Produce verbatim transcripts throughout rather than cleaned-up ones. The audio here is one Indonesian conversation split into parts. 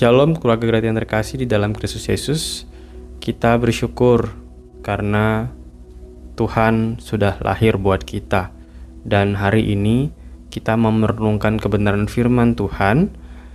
Shalom keluarga Gratia yang terkasih di dalam Kristus Yesus. Kita bersyukur karena Tuhan sudah lahir buat kita. Dan hari ini kita merenungkan kebenaran firman Tuhan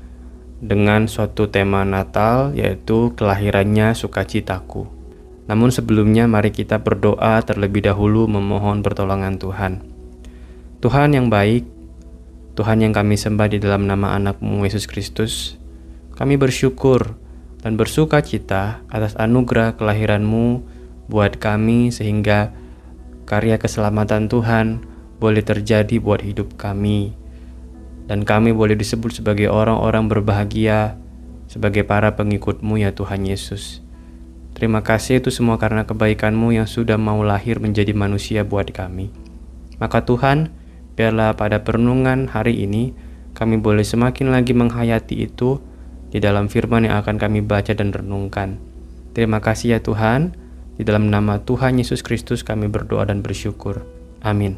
dengan suatu tema Natal, yaitu kelahirannya sukacitaku. Namun sebelumnya mari kita berdoa terlebih dahulu memohon pertolongan Tuhan. Tuhan yang baik, Tuhan yang kami sembah di dalam nama anak-Mu Yesus Kristus, kami bersyukur dan bersuka cita atas anugerah kelahiran-Mu buat kami sehingga karya keselamatan Tuhan boleh terjadi buat hidup kami. Dan kami boleh disebut sebagai orang-orang berbahagia, sebagai para pengikut-Mu ya Tuhan Yesus. Terima kasih itu semua karena kebaikan-Mu yang sudah mau lahir menjadi manusia buat kami. Maka Tuhan, biarlah pada perenungan hari ini kami boleh semakin lagi menghayati itu di dalam firman yang akan kami baca dan renungkan. Terima kasih ya Tuhan. Di dalam nama Tuhan Yesus Kristus kami berdoa dan bersyukur. Amin.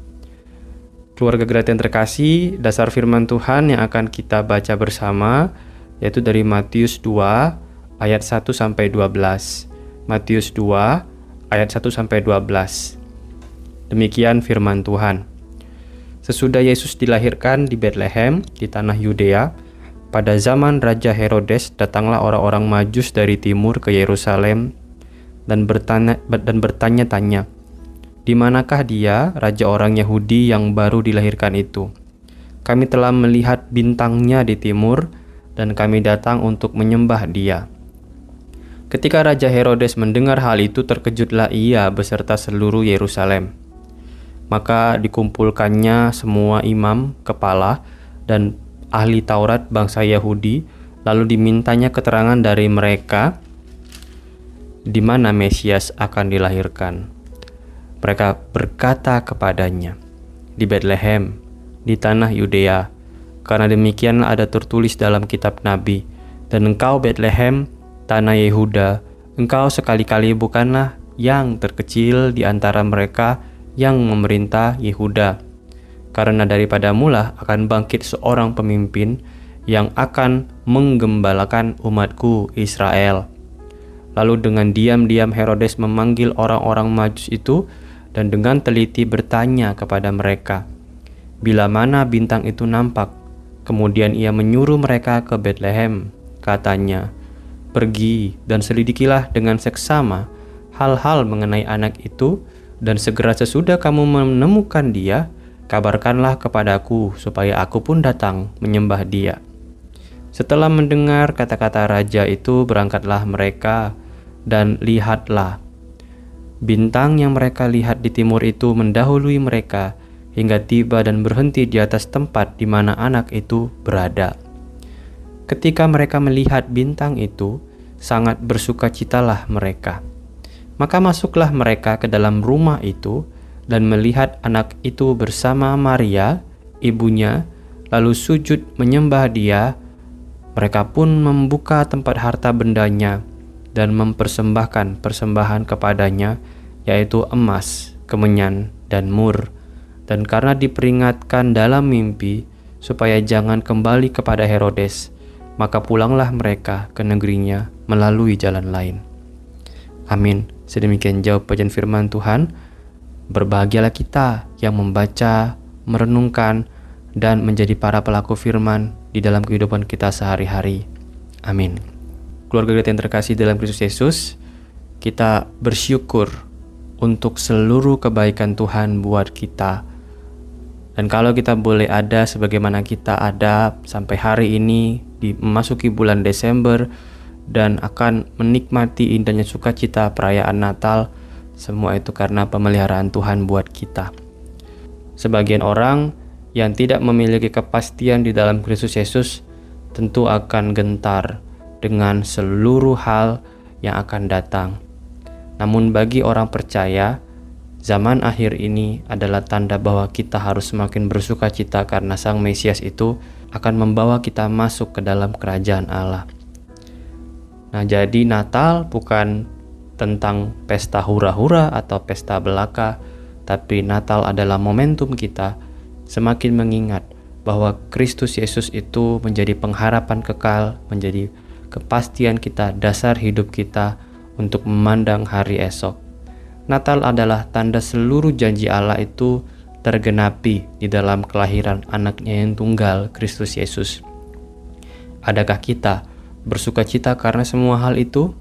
Keluarga Gratia yang terkasih, dasar firman Tuhan yang akan kita baca bersama yaitu dari Matius dua ayat satu sampai dua belas. Matius dua ayat satu sampai dua belas. Demikian firman Tuhan. Sesudah Yesus dilahirkan di Betlehem di tanah Yudea, pada zaman Raja Herodes datanglah orang-orang Majus dari timur ke Yerusalem dan bertanya dan bertanya-tanya, "Di manakah dia, raja orang Yahudi yang baru dilahirkan itu? Kami telah melihat bintangnya di timur dan kami datang untuk menyembah dia." Ketika Raja Herodes mendengar hal itu, terkejutlah ia beserta seluruh Yerusalem. Maka dikumpulkannya semua imam, kepala, dan ahli Taurat bangsa Yahudi, lalu dimintanya keterangan dari mereka di mana Mesias akan dilahirkan. Mereka berkata kepadanya, "Di Betlehem, di tanah Yudea, karena demikianlah ada tertulis dalam kitab Nabi, dan engkau Betlehem, tanah Yehuda, engkau sekali-kali bukanlah yang terkecil di antara mereka yang memerintah Yehuda. Karena daripada mula akan bangkit seorang pemimpin yang akan menggembalakan umatku Israel." Lalu dengan diam-diam Herodes memanggil orang-orang Majus itu dan dengan teliti bertanya kepada mereka, "Bila mana bintang itu nampak?" Kemudian ia menyuruh mereka ke Betlehem. Katanya, "Pergi dan selidikilah dengan seksama hal-hal mengenai anak itu, dan segera sesudah kamu menemukan dia, kabarkanlah kepadaku supaya aku pun datang menyembah dia." Setelah mendengar kata-kata raja itu, berangkatlah mereka, dan lihatlah, bintang yang mereka lihat di timur itu mendahului mereka hingga tiba dan berhenti di atas tempat di mana anak itu berada. Ketika mereka melihat bintang itu, sangat bersukacitalah mereka. Maka masuklah mereka ke dalam rumah itu dan melihat anak itu bersama Maria, ibunya, lalu sujud menyembah dia. Mereka pun membuka tempat harta bendanya dan mempersembahkan persembahan kepadanya, yaitu emas, kemenyan, dan mur. Dan karena diperingatkan dalam mimpi supaya jangan kembali kepada Herodes, maka pulanglah mereka ke negerinya melalui jalan lain. Amin. Sedemikian jauh bacaan firman Tuhan. Berbahagialah kita yang membaca, merenungkan, dan menjadi para pelaku firman di dalam kehidupan kita sehari-hari. Amin. Keluarga Gratia yang terkasih dalam Kristus Yesus, kita bersyukur untuk seluruh kebaikan Tuhan buat kita. Dan kalau kita boleh ada sebagaimana kita ada sampai hari ini di memasuki bulan Desember dan akan menikmati indahnya sukacita perayaan Natal, semua itu karena pemeliharaan Tuhan buat kita. Sebagian orang yang tidak memiliki kepastian di dalam Kristus Yesus tentu akan gentar dengan seluruh hal yang akan datang. Namun bagi orang percaya, zaman akhir ini adalah tanda bahwa kita harus semakin bersuka cita karena Sang Mesias itu akan membawa kita masuk ke dalam kerajaan Allah. Nah, jadi Natal bukan tentang pesta hura-hura atau pesta belaka, tapi Natal adalah momentum kita semakin mengingat bahwa Kristus Yesus itu menjadi pengharapan kekal, menjadi kepastian kita, dasar hidup kita untuk memandang hari esok. Natal adalah tanda seluruh janji Allah itu tergenapi di dalam kelahiran anaknya yang tunggal, Kristus Yesus. Adakah kita bersuka cita karena semua hal itu?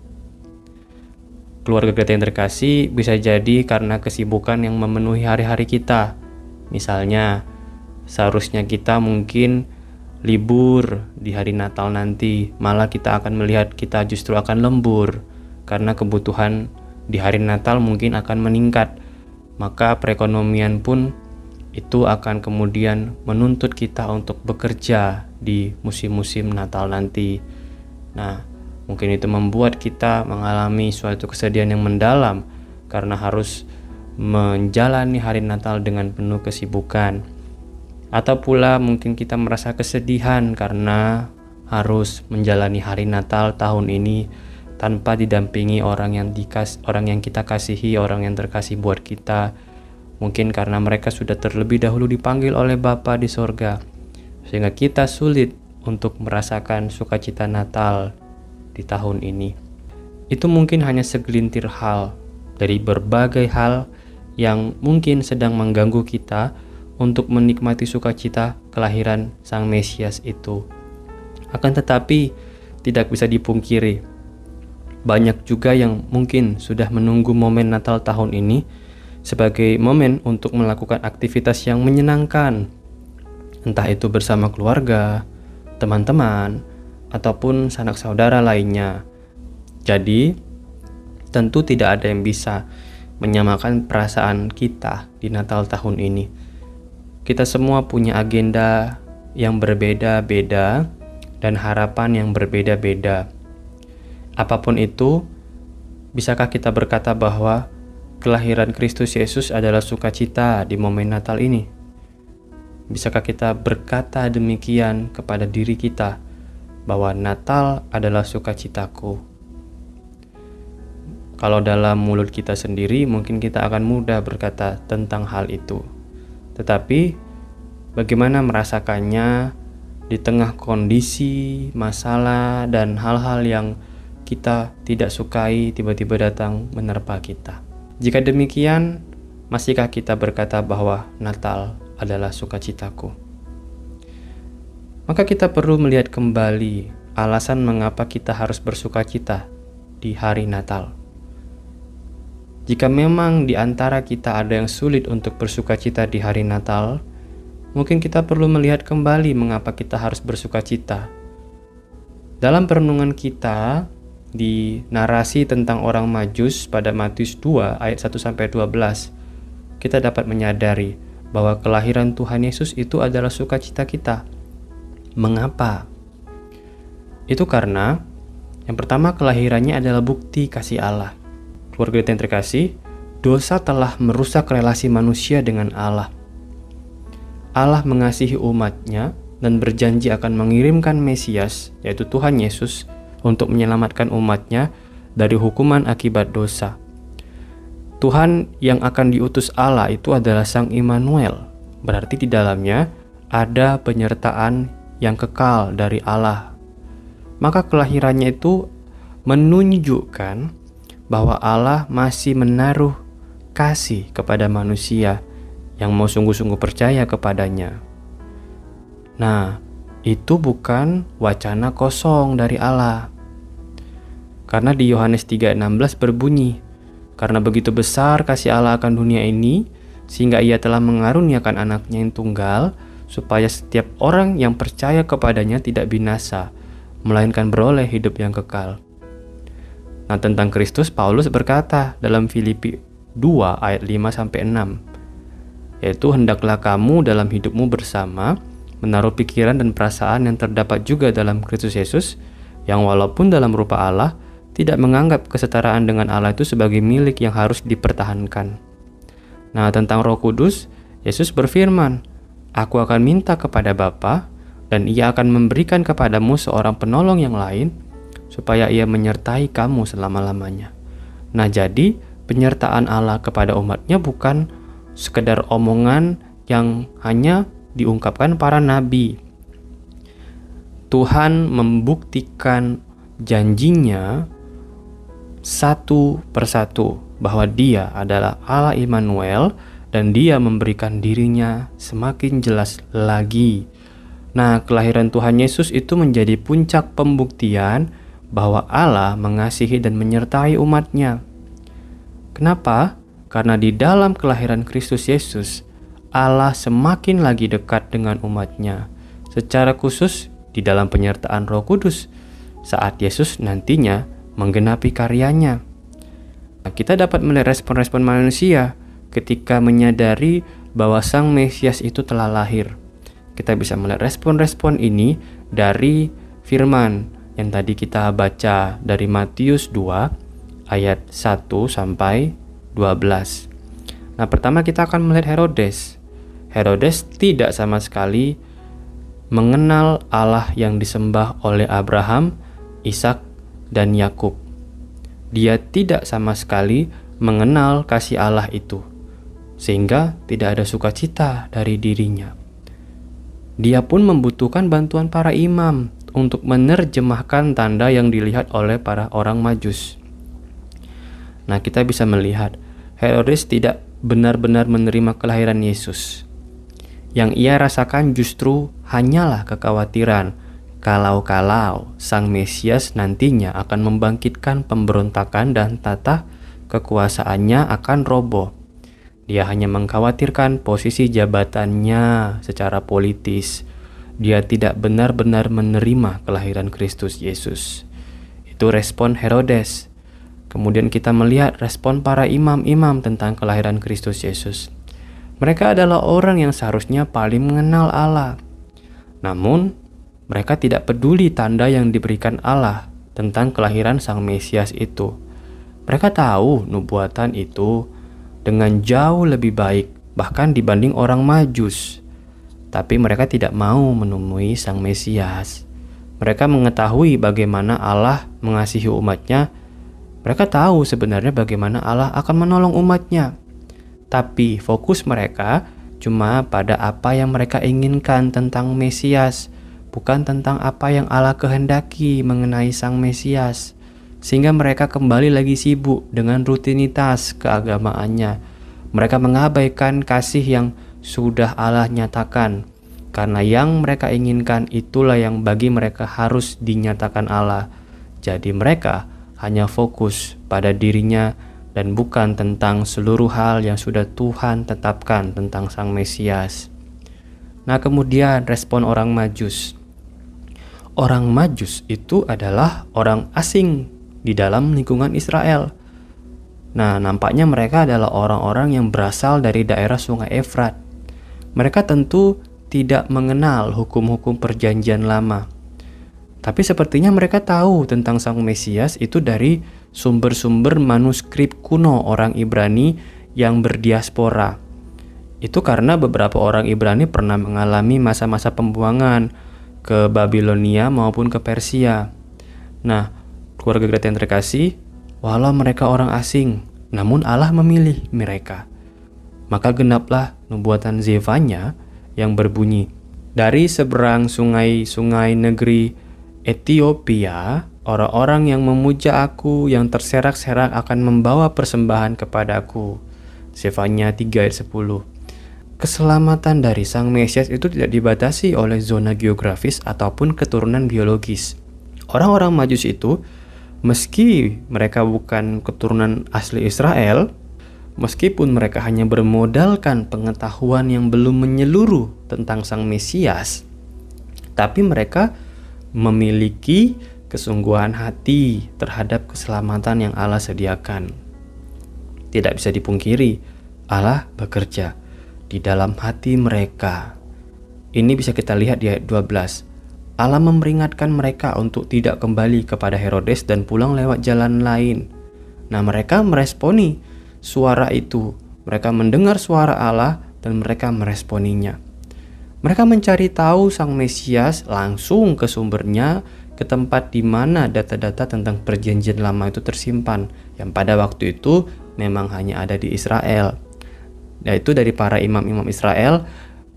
Keluarga kita yang terkasih, bisa jadi karena kesibukan yang memenuhi hari-hari kita. Misalnya, seharusnya kita mungkin libur di hari Natal nanti, malah kita akan melihat kita justru akan lembur karena kebutuhan di hari Natal mungkin akan meningkat. Maka perekonomian pun itu akan kemudian menuntut kita untuk bekerja di musim-musim Natal nanti. Nah, mungkin itu membuat kita mengalami suatu kesedihan yang mendalam karena harus menjalani hari Natal dengan penuh kesibukan. Atau pula mungkin kita merasa kesedihan karena harus menjalani hari Natal tahun ini tanpa didampingi orang yang dikas, orang yang kita kasihi, orang yang terkasih buat kita. Mungkin karena mereka sudah terlebih dahulu dipanggil oleh Bapa di sorga, sehingga kita sulit untuk merasakan sukacita Natal di tahun ini. Itu mungkin hanya segelintir hal dari berbagai hal yang mungkin sedang mengganggu kita untuk menikmati sukacita kelahiran Sang Mesias itu. Akan tetapi tidak bisa dipungkiri, banyak juga yang mungkin sudah menunggu momen Natal tahun ini sebagai momen untuk melakukan aktivitas yang menyenangkan, entah itu bersama keluarga, teman-teman, ataupun sanak saudara lainnya. Jadi, tentu tidak ada yang bisa menyamakan perasaan kita di Natal tahun ini. Kita semua punya agenda yang berbeda-beda dan harapan yang berbeda-beda. Apapun itu, bisakah kita berkata bahwa kelahiran Kristus Yesus adalah sukacita di momen Natal ini? Bisakah kita berkata demikian kepada diri kita, bahwa Natal adalah sukacitaku? Kalau dalam mulut kita sendiri, mungkin kita akan mudah berkata tentang hal itu. Tetapi, bagaimana merasakannya di tengah kondisi, masalah, dan hal-hal yang kita tidak sukai tiba-tiba datang menerpa kita? Jika demikian, masihkah kita berkata bahwa Natal adalah sukacitaku? Maka kita perlu melihat kembali alasan mengapa kita harus bersukacita di hari Natal. Jika memang di antara kita ada yang sulit untuk bersukacita di hari Natal, mungkin kita perlu melihat kembali mengapa kita harus bersukacita. Dalam perenungan kita, di narasi tentang orang Majus pada Matius dua ayat satu sampai dua belas, kita dapat menyadari bahwa kelahiran Tuhan Yesus itu adalah sukacita kita. Mengapa? Itu karena yang pertama, kelahirannya adalah bukti kasih Allah. Keluarga yang terkasih, dosa telah merusak relasi manusia dengan Allah. Allah mengasihi umatnya dan berjanji akan mengirimkan Mesias, yaitu Tuhan Yesus, untuk menyelamatkan umatnya dari hukuman akibat dosa. Tuhan yang akan diutus Allah itu adalah Sang Immanuel, berarti di dalamnya ada penyertaan yang kekal dari Allah. Maka kelahirannya itu menunjukkan bahwa Allah masih menaruh kasih kepada manusia yang mau sungguh-sungguh percaya kepadanya. Nah, itu bukan wacana kosong dari Allah. Karena di Yohanes tiga enam belas berbunyi, "Karena begitu besar kasih Allah akan dunia ini, sehingga Ia telah mengaruniakan anaknya yang tunggal, supaya setiap orang yang percaya kepadanya tidak binasa, melainkan beroleh hidup yang kekal." Nah, tentang Kristus, Paulus berkata dalam Filipi dua ayat lima sampai enam, yaitu, "Hendaklah kamu dalam hidupmu bersama menaruh pikiran dan perasaan yang terdapat juga dalam Kristus Yesus, yang walaupun dalam rupa Allah, tidak menganggap kesetaraan dengan Allah itu sebagai milik yang harus dipertahankan." Nah, tentang Roh Kudus, Yesus berfirman, "Aku akan minta kepada Bapa, dan Ia akan memberikan kepadamu seorang penolong yang lain, supaya Ia menyertai kamu selama-lamanya." Nah, jadi penyertaan Allah kepada umatnya bukan sekedar omongan yang hanya diungkapkan para nabi. Tuhan membuktikan janjinya satu persatu bahwa Dia adalah Allah Immanuel dan Dia memberikan dirinya semakin jelas lagi. Nah, kelahiran Tuhan Yesus itu menjadi puncak pembuktian bahwa Allah mengasihi dan menyertai umatnya. Kenapa? Karena di dalam kelahiran Kristus Yesus, Allah semakin lagi dekat dengan umatnya. Secara khusus di dalam penyertaan Roh Kudus saat Yesus nantinya menggenapi karyanya. Nah, kita dapat melihat respon-respon manusia ketika menyadari bahwa Sang Mesias itu telah lahir. Kita bisa melihat respon-respon ini dari firman yang tadi kita baca dari Matius dua ayat satu sampai dua belas. Nah, pertama kita akan melihat Herodes. Herodes tidak sama sekali mengenal Allah yang disembah oleh Abraham, Ishak, dan Yakub. Dia tidak sama sekali mengenal kasih Allah itu, sehingga tidak ada sukacita dari dirinya. Dia pun membutuhkan bantuan para imam untuk menerjemahkan tanda yang dilihat oleh para orang Majus. Nah, kita bisa melihat Herodes tidak benar-benar menerima kelahiran Yesus. Yang ia rasakan justru hanyalah kekhawatiran kalau-kalau Sang Mesias nantinya akan membangkitkan pemberontakan dan tata kekuasaannya akan roboh. Dia hanya mengkhawatirkan posisi jabatannya secara politis. Dia tidak benar-benar menerima kelahiran Kristus Yesus. Itu respon Herodes. Kemudian kita melihat respon para imam-imam tentang kelahiran Kristus Yesus. Mereka adalah orang yang seharusnya paling mengenal Allah. Namun, mereka tidak peduli tanda yang diberikan Allah tentang kelahiran Sang Mesias itu. Mereka tahu nubuatan itu dengan jauh lebih baik, bahkan dibanding orang Majus. Tapi mereka tidak mau menemui Sang Mesias. Mereka mengetahui bagaimana Allah mengasihi umatnya. Mereka tahu sebenarnya bagaimana Allah akan menolong umatnya. Tapi fokus mereka cuma pada apa yang mereka inginkan tentang Mesias, bukan tentang apa yang Allah kehendaki mengenai Sang Mesias. Sehingga mereka kembali lagi sibuk dengan rutinitas keagamaannya. Mereka mengabaikan kasih yang sudah Allah nyatakan, karena yang mereka inginkan itulah yang bagi mereka harus dinyatakan Allah. Jadi mereka hanya fokus pada dirinya dan bukan tentang seluruh hal yang sudah Tuhan tetapkan tentang Sang Mesias. Nah, kemudian respon orang Majus. Orang Majus itu adalah orang asing di dalam lingkungan Israel. Nah, nampaknya mereka adalah orang-orang yang berasal dari daerah Sungai Efrat. Mereka tentu tidak mengenal hukum-hukum perjanjian lama. Tapi sepertinya mereka tahu tentang Sang Mesias itu dari sumber-sumber manuskrip kuno orang Ibrani yang berdiaspora. Itu karena beberapa orang Ibrani pernah mengalami masa-masa pembuangan ke Babilonia maupun ke Persia. Nah, keluarga Greta yang terkasih, walau mereka orang asing, namun Allah memilih mereka. Maka genaplah nubuatan Zefanya yang berbunyi, dari seberang sungai-sungai negeri Ethiopia, orang-orang yang memuja aku yang terserak-serak akan membawa persembahan kepadaku. Zefanya tiga ayat sepuluh. Keselamatan dari Sang Mesias itu tidak dibatasi oleh zona geografis ataupun keturunan biologis. Orang-orang Majus itu, meski mereka bukan keturunan asli Israel, meskipun mereka hanya bermodalkan pengetahuan yang belum menyeluruh tentang Sang Mesias, tapi mereka memiliki kesungguhan hati terhadap keselamatan yang Allah sediakan. Tidak bisa dipungkiri, Allah bekerja di dalam hati mereka. Ini bisa kita lihat di ayat dua belas. Allah memperingatkan mereka untuk tidak kembali kepada Herodes dan pulang lewat jalan lain. Nah, mereka meresponi suara itu. Mereka mendengar suara Allah dan mereka meresponinya. Mereka mencari tahu Sang Mesias langsung ke sumbernya, ke tempat di mana data-data tentang perjanjian lama itu tersimpan, yang pada waktu itu memang hanya ada di Israel. Yaitu dari para imam-imam Israel,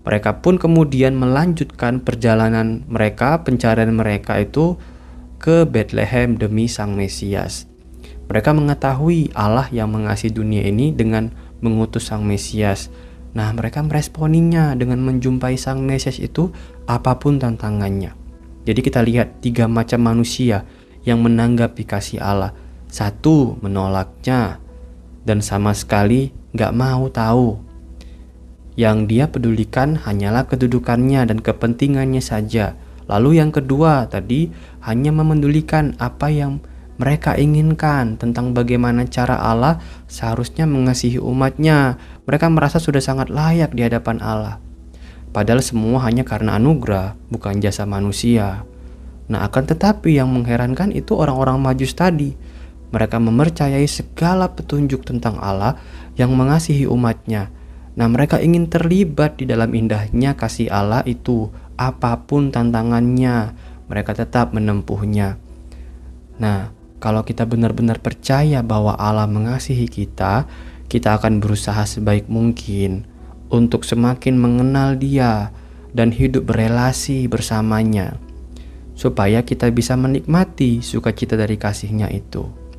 Mereka pun kemudian melanjutkan perjalanan mereka, pencarian mereka itu ke Bethlehem demi Sang Mesias. Mereka mengetahui Allah yang mengasihi dunia ini dengan mengutus Sang Mesias. Nah, mereka meresponinya dengan menjumpai Sang Mesias itu apapun tantangannya. Jadi kita lihat tiga macam manusia yang menanggapi kasih Allah. Satu, menolaknya dan sama sekali gak mau tahu. Yang dia pedulikan hanyalah kedudukannya dan kepentingannya saja. Lalu yang kedua tadi hanya memedulikan apa yang mereka inginkan tentang bagaimana cara Allah seharusnya mengasihi umatnya. Mereka merasa sudah sangat layak di hadapan Allah. Padahal semua hanya karena anugerah, bukan jasa manusia. Nah, akan tetapi yang mengherankan itu orang-orang Majus tadi. Mereka mempercayai segala petunjuk tentang Allah yang mengasihi umatnya. Nah, mereka ingin terlibat di dalam indahnya kasih Allah itu. Apapun tantangannya, mereka tetap menempuhnya. Nah, kalau kita benar-benar percaya bahwa Allah mengasihi kita, kita akan berusaha sebaik mungkin untuk semakin mengenal Dia dan hidup berelasi bersamanya, supaya kita bisa menikmati sukacita dari kasih-Nya itu.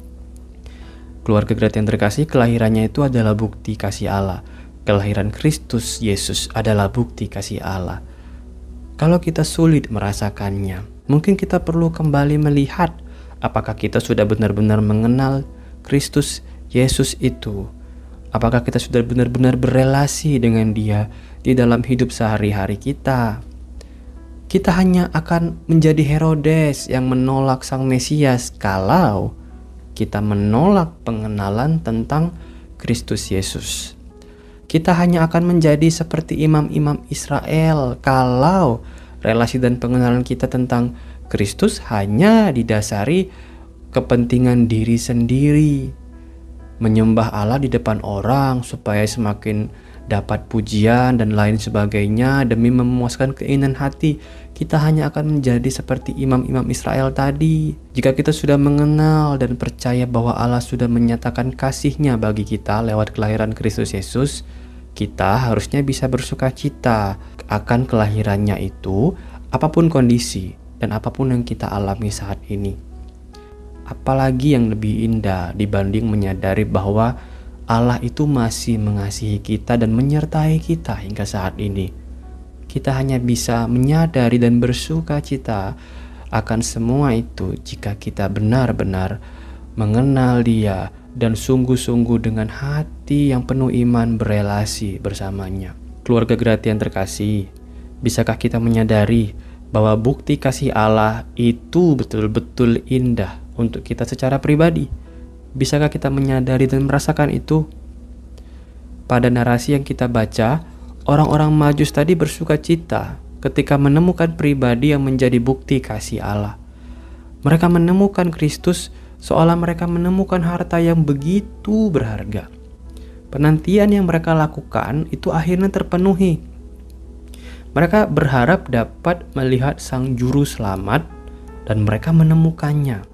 Keluarga Gratia yang terkasih, kelahirannya itu adalah bukti kasih Allah. Kelahiran Kristus Yesus adalah bukti kasih Allah. Kalau kita sulit merasakannya, mungkin kita perlu kembali melihat apakah kita sudah benar-benar mengenal Kristus Yesus itu. Apakah kita sudah benar-benar berelasi dengan Dia di dalam hidup sehari-hari kita. Kita hanya akan menjadi Herodes yang menolak Sang Mesias kalau kita menolak pengenalan tentang Kristus Yesus. Kita hanya akan menjadi seperti imam-imam Israel kalau relasi dan pengenalan kita tentang Kristus hanya didasari kepentingan diri sendiri. Menyembah Allah di depan orang supaya semakin dapat pujian dan lain sebagainya demi memuaskan keinginan hati. Kita hanya akan menjadi seperti imam-imam Israel tadi. Jika kita sudah mengenal dan percaya bahwa Allah sudah menyatakan kasih-Nya bagi kita lewat kelahiran Kristus Yesus, kita harusnya bisa bersuka cita akan kelahirannya itu, apapun kondisi dan apapun yang kita alami saat ini. Apalagi yang lebih indah dibanding menyadari bahwa Allah itu masih mengasihi kita dan menyertai kita hingga saat ini. Kita hanya bisa menyadari dan bersuka cita akan semua itu jika kita benar-benar mengenal Dia dan sungguh-sungguh dengan hati yang penuh iman berelasi bersamanya. Keluarga Gratia yang terkasih, bisakah kita menyadari bahwa bukti kasih Allah itu betul-betul indah untuk kita secara pribadi? Bisakah kita menyadari dan merasakan itu? Pada narasi yang kita baca, orang-orang Majus tadi bersuka cita ketika menemukan pribadi yang menjadi bukti kasih Allah. Mereka menemukan Kristus seolah mereka menemukan harta yang begitu berharga. Penantian yang mereka lakukan itu akhirnya terpenuhi. Mereka berharap dapat melihat Sang Juru Selamat dan mereka menemukannya.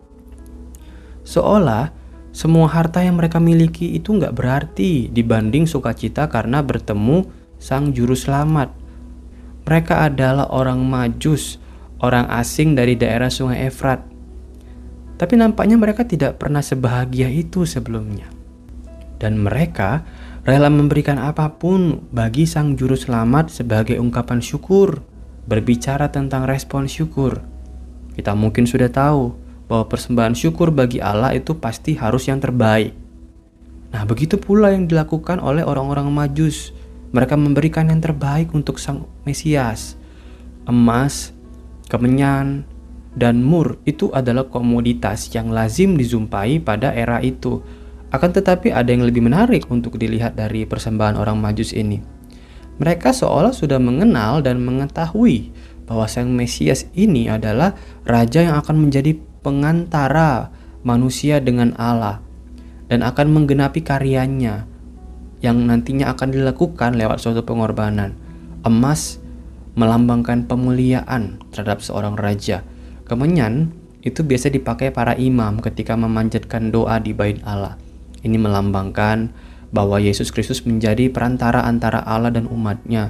Seolah semua harta yang mereka miliki itu gak berarti dibanding sukacita karena bertemu Sang Juru Selamat. Mereka adalah orang Majus, orang asing dari daerah Sungai Efrat. Tapi nampaknya mereka tidak pernah sebahagia itu sebelumnya. Dan mereka rela memberikan apapun bagi Sang Juru Selamat sebagai ungkapan syukur. Berbicara tentang respon syukur, kita mungkin sudah tahu bahwa persembahan syukur bagi Allah itu pasti harus yang terbaik. Nah, begitu pula yang dilakukan oleh orang-orang Majus. Mereka memberikan yang terbaik untuk Sang Mesias. Emas, kemenyan, dan mur itu adalah komoditas yang lazim dijumpai pada era itu. Akan tetapi ada yang lebih menarik untuk dilihat dari persembahan orang Majus ini. Mereka seolah sudah mengenal dan mengetahui bahwa Sang Mesias ini adalah raja yang akan menjadi pengantara manusia dengan Allah dan akan menggenapi karyanya yang nantinya akan dilakukan lewat suatu pengorbanan. Emas melambangkan pemuliaan terhadap seorang raja. Kemenyan itu biasa dipakai para imam ketika memanjatkan doa di bait Allah. Ini melambangkan bahwa Yesus Kristus menjadi perantara antara Allah dan umatnya.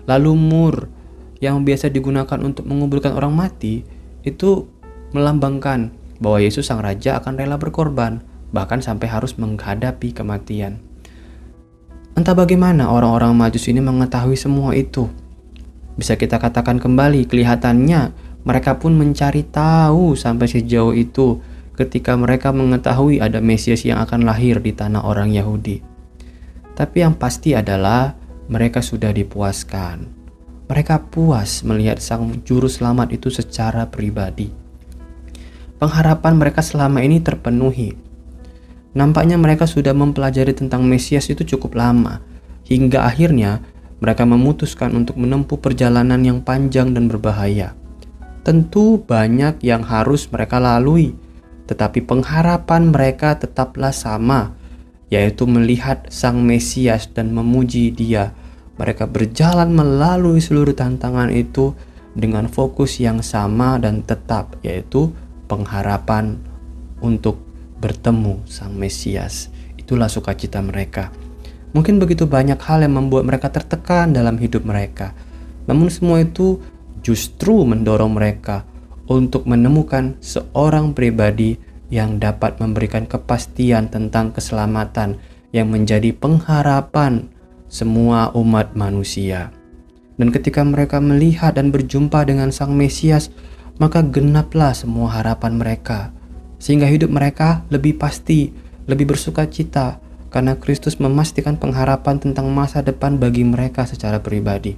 Lalu mur yang biasa digunakan untuk menguburkan orang mati itu melambangkan bahwa Yesus sang raja akan rela berkorban, bahkan sampai harus menghadapi kematian. Entah bagaimana orang-orang Majus ini mengetahui semua itu. Bisa kita katakan kembali, kelihatannya mereka pun mencari tahu sampai sejauh itu ketika mereka mengetahui ada Mesias yang akan lahir di tanah orang Yahudi. Tapi yang pasti adalah mereka sudah dipuaskan. Mereka puas melihat sang juru selamat itu secara pribadi. Pengharapan mereka selama ini terpenuhi. Nampaknya mereka sudah mempelajari tentang Mesias itu cukup lama, hingga akhirnya mereka memutuskan untuk menempuh perjalanan yang panjang dan berbahaya. Tentu banyak yang harus mereka lalui, tetapi pengharapan mereka tetaplah sama, yaitu melihat sang Mesias dan memuji Dia. Mereka berjalan melalui seluruh tantangan itu dengan fokus yang sama dan tetap, yaitu pengharapan untuk bertemu sang Mesias. Itulah sukacita mereka. Mungkin begitu banyak hal yang membuat mereka tertekan dalam hidup mereka, namun semua itu justru mendorong mereka untuk menemukan seorang pribadi yang dapat memberikan kepastian tentang keselamatan yang menjadi pengharapan semua umat manusia. Dan ketika mereka melihat dan berjumpa dengan sang Mesias, maka genaplah semua harapan mereka, sehingga hidup mereka lebih pasti, lebih bersukacita, karena Kristus memastikan pengharapan tentang masa depan bagi mereka secara pribadi.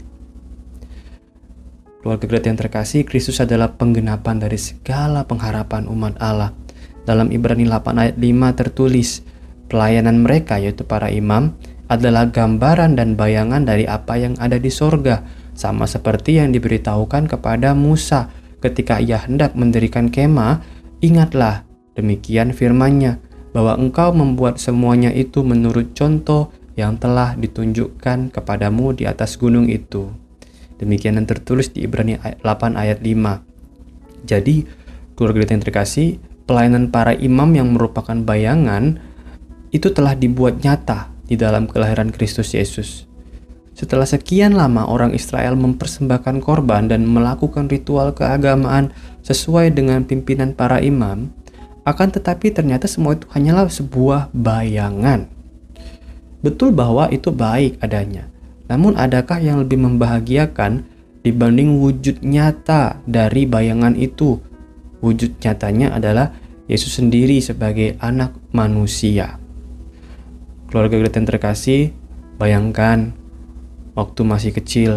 Keluarga Great yang terkasih, Kristus adalah penggenapan dari segala pengharapan umat Allah. Dalam Ibrani delapan ayat lima tertulis, pelayanan mereka yaitu para imam adalah gambaran dan bayangan dari apa yang ada di sorga, sama seperti yang diberitahukan kepada Musa ketika ia hendak mendirikan kemah. Ingatlah, demikian firman-Nya, bahwa engkau membuat semuanya itu menurut contoh yang telah ditunjukkan kepadamu di atas gunung itu. Demikian yang tertulis di Ibrani delapan ayat lima. Jadi, keluarga yang terkasih, pelayanan para imam yang merupakan bayangan itu telah dibuat nyata di dalam kelahiran Kristus Yesus. Setelah sekian lama orang Israel mempersembahkan korban dan melakukan ritual keagamaan sesuai dengan pimpinan para imam, akan tetapi ternyata semua itu hanyalah sebuah bayangan. Betul bahwa itu baik adanya, namun adakah yang lebih membahagiakan dibanding wujud nyata dari bayangan itu? Wujud nyatanya adalah Yesus sendiri sebagai anak manusia. Keluarga Great yang terkasih, bayangkan waktu masih kecil,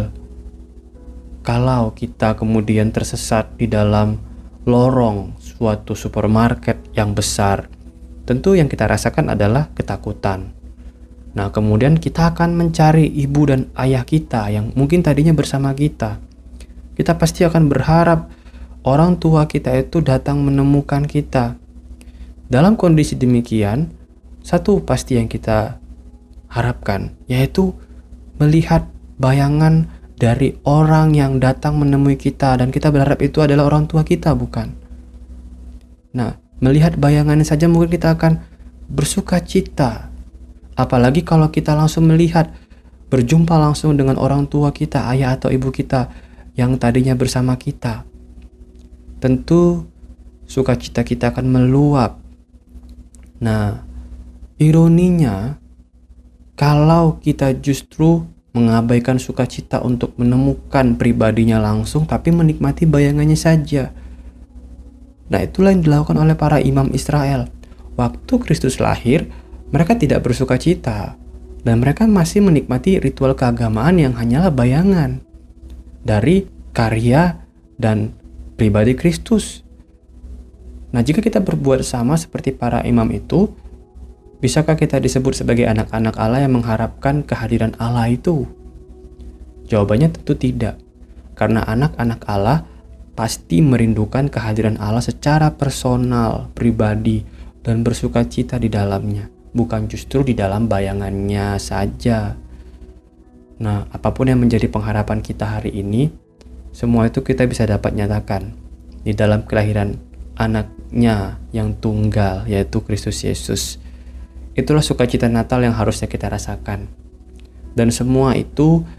kalau kita kemudian tersesat di dalam lorong suatu supermarket yang besar, tentu yang kita rasakan adalah ketakutan. Nah, kemudian kita akan mencari ibu dan ayah kita yang mungkin tadinya bersama kita. Kita pasti akan berharap orang tua kita itu datang menemukan kita. Dalam kondisi demikian, satu pasti yang kita harapkan, yaitu melihat bayangan dari orang yang datang menemui kita, dan kita berharap itu adalah orang tua kita, bukan? Nah, melihat bayangannya saja mungkin kita akan bersuka cita. Apalagi kalau kita langsung melihat, berjumpa langsung dengan orang tua kita, ayah atau ibu kita yang tadinya bersama kita. Tentu sukacita kita akan meluap. Nah, ironinya, kalau kita justru mengabaikan sukacita untuk menemukan pribadinya langsung, tapi menikmati bayangannya saja. Nah, itulah yang dilakukan oleh para imam Israel. Waktu Kristus lahir, mereka tidak bersukacita, dan mereka masih menikmati ritual keagamaan yang hanyalah bayangan dari karya dan pribadi Kristus. Nah, jika kita berbuat sama seperti para imam itu, bisakah kita disebut sebagai anak-anak Allah yang mengharapkan kehadiran Allah itu? Jawabannya tentu tidak, karena anak-anak Allah pasti merindukan kehadiran Allah secara personal, pribadi, dan bersuka cita di dalamnya, bukan justru di dalam bayangannya saja. Nah, apapun yang menjadi pengharapan kita hari ini, semua itu kita bisa dapat nyatakan di dalam kelahiran anaknya yang tunggal, yaitu Kristus Yesus. Itulah sukacita Natal yang harusnya kita rasakan. Dan semua itu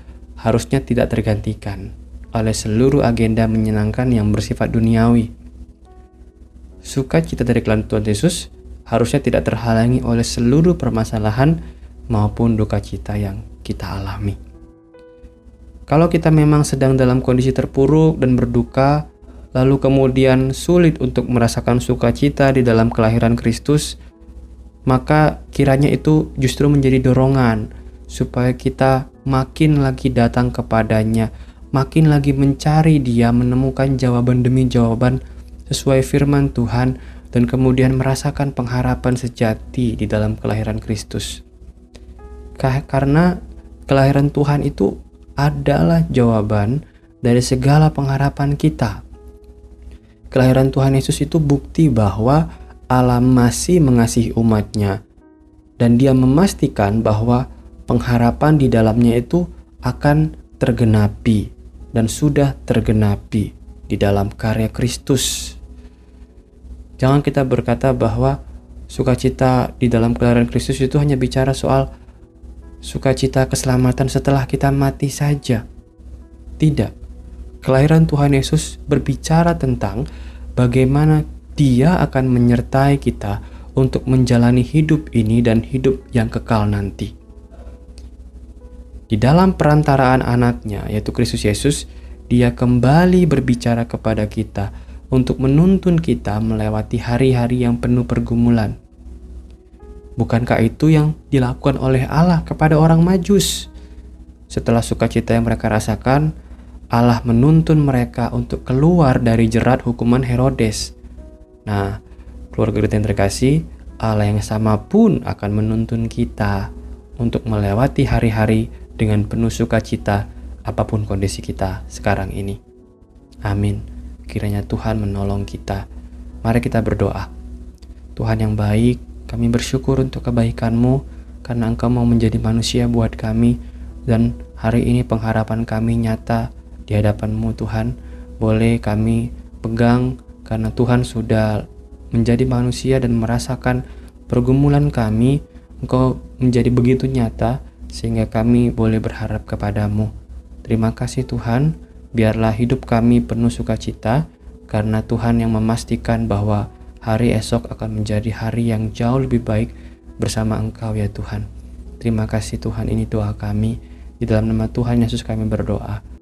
harusnya tidak tergantikan oleh seluruh agenda menyenangkan yang bersifat duniawi. Sukacita dari kelahiran Tuhan Yesus harusnya tidak terhalangi oleh seluruh permasalahan maupun duka cita yang kita alami. Kalau kita memang sedang dalam kondisi terpuruk dan berduka, lalu kemudian sulit untuk merasakan sukacita di dalam kelahiran Kristus, maka kiranya itu justru menjadi dorongan supaya kita makin lagi datang kepadanya, makin lagi mencari Dia, menemukan jawaban demi jawaban sesuai firman Tuhan, dan kemudian merasakan pengharapan sejati di dalam kelahiran Kristus. Karena kelahiran Tuhan itu adalah jawaban dari segala pengharapan kita. Kelahiran Tuhan Yesus itu bukti bahwa Allah masih mengasihi umatnya, dan Dia memastikan bahwa pengharapan di dalamnya itu akan tergenapi dan sudah tergenapi di dalam karya Kristus. Jangan kita berkata bahwa sukacita di dalam kelahiran Kristus itu hanya bicara soal sukacita keselamatan setelah kita mati saja. Tidak. Kelahiran Tuhan Yesus berbicara tentang bagaimana Dia akan menyertai kita untuk menjalani hidup ini dan hidup yang kekal nanti. Di dalam perantaraan anaknya, yaitu Kristus Yesus, Dia kembali berbicara kepada kita untuk menuntun kita melewati hari-hari yang penuh pergumulan. Bukankah itu yang dilakukan oleh Allah kepada orang Majus? Setelah sukacita yang mereka rasakan, Allah menuntun mereka untuk keluar dari jerat hukuman Herodes. Nah, keluarga kita yang terkasih, Allah yang sama pun akan menuntun kita untuk melewati hari-hari dengan penuh sukacita apapun kondisi kita sekarang ini. Amin. Kiranya Tuhan menolong kita. Mari kita berdoa. Tuhan yang baik, kami bersyukur untuk kebaikan-Mu karena Engkau mau menjadi manusia buat kami, dan hari ini pengharapan kami nyata di hadapan-Mu Tuhan. Boleh kami pegang karena Tuhan sudah menjadi manusia dan merasakan pergumulan kami. Engkau menjadi begitu nyata sehingga kami boleh berharap kepadamu. Terima kasih Tuhan, biarlah hidup kami penuh sukacita karena Tuhan yang memastikan bahwa hari esok akan menjadi hari yang jauh lebih baik bersama Engkau ya Tuhan. Terima kasih Tuhan, ini doa kami. Di dalam nama Tuhan Yesus kami berdoa.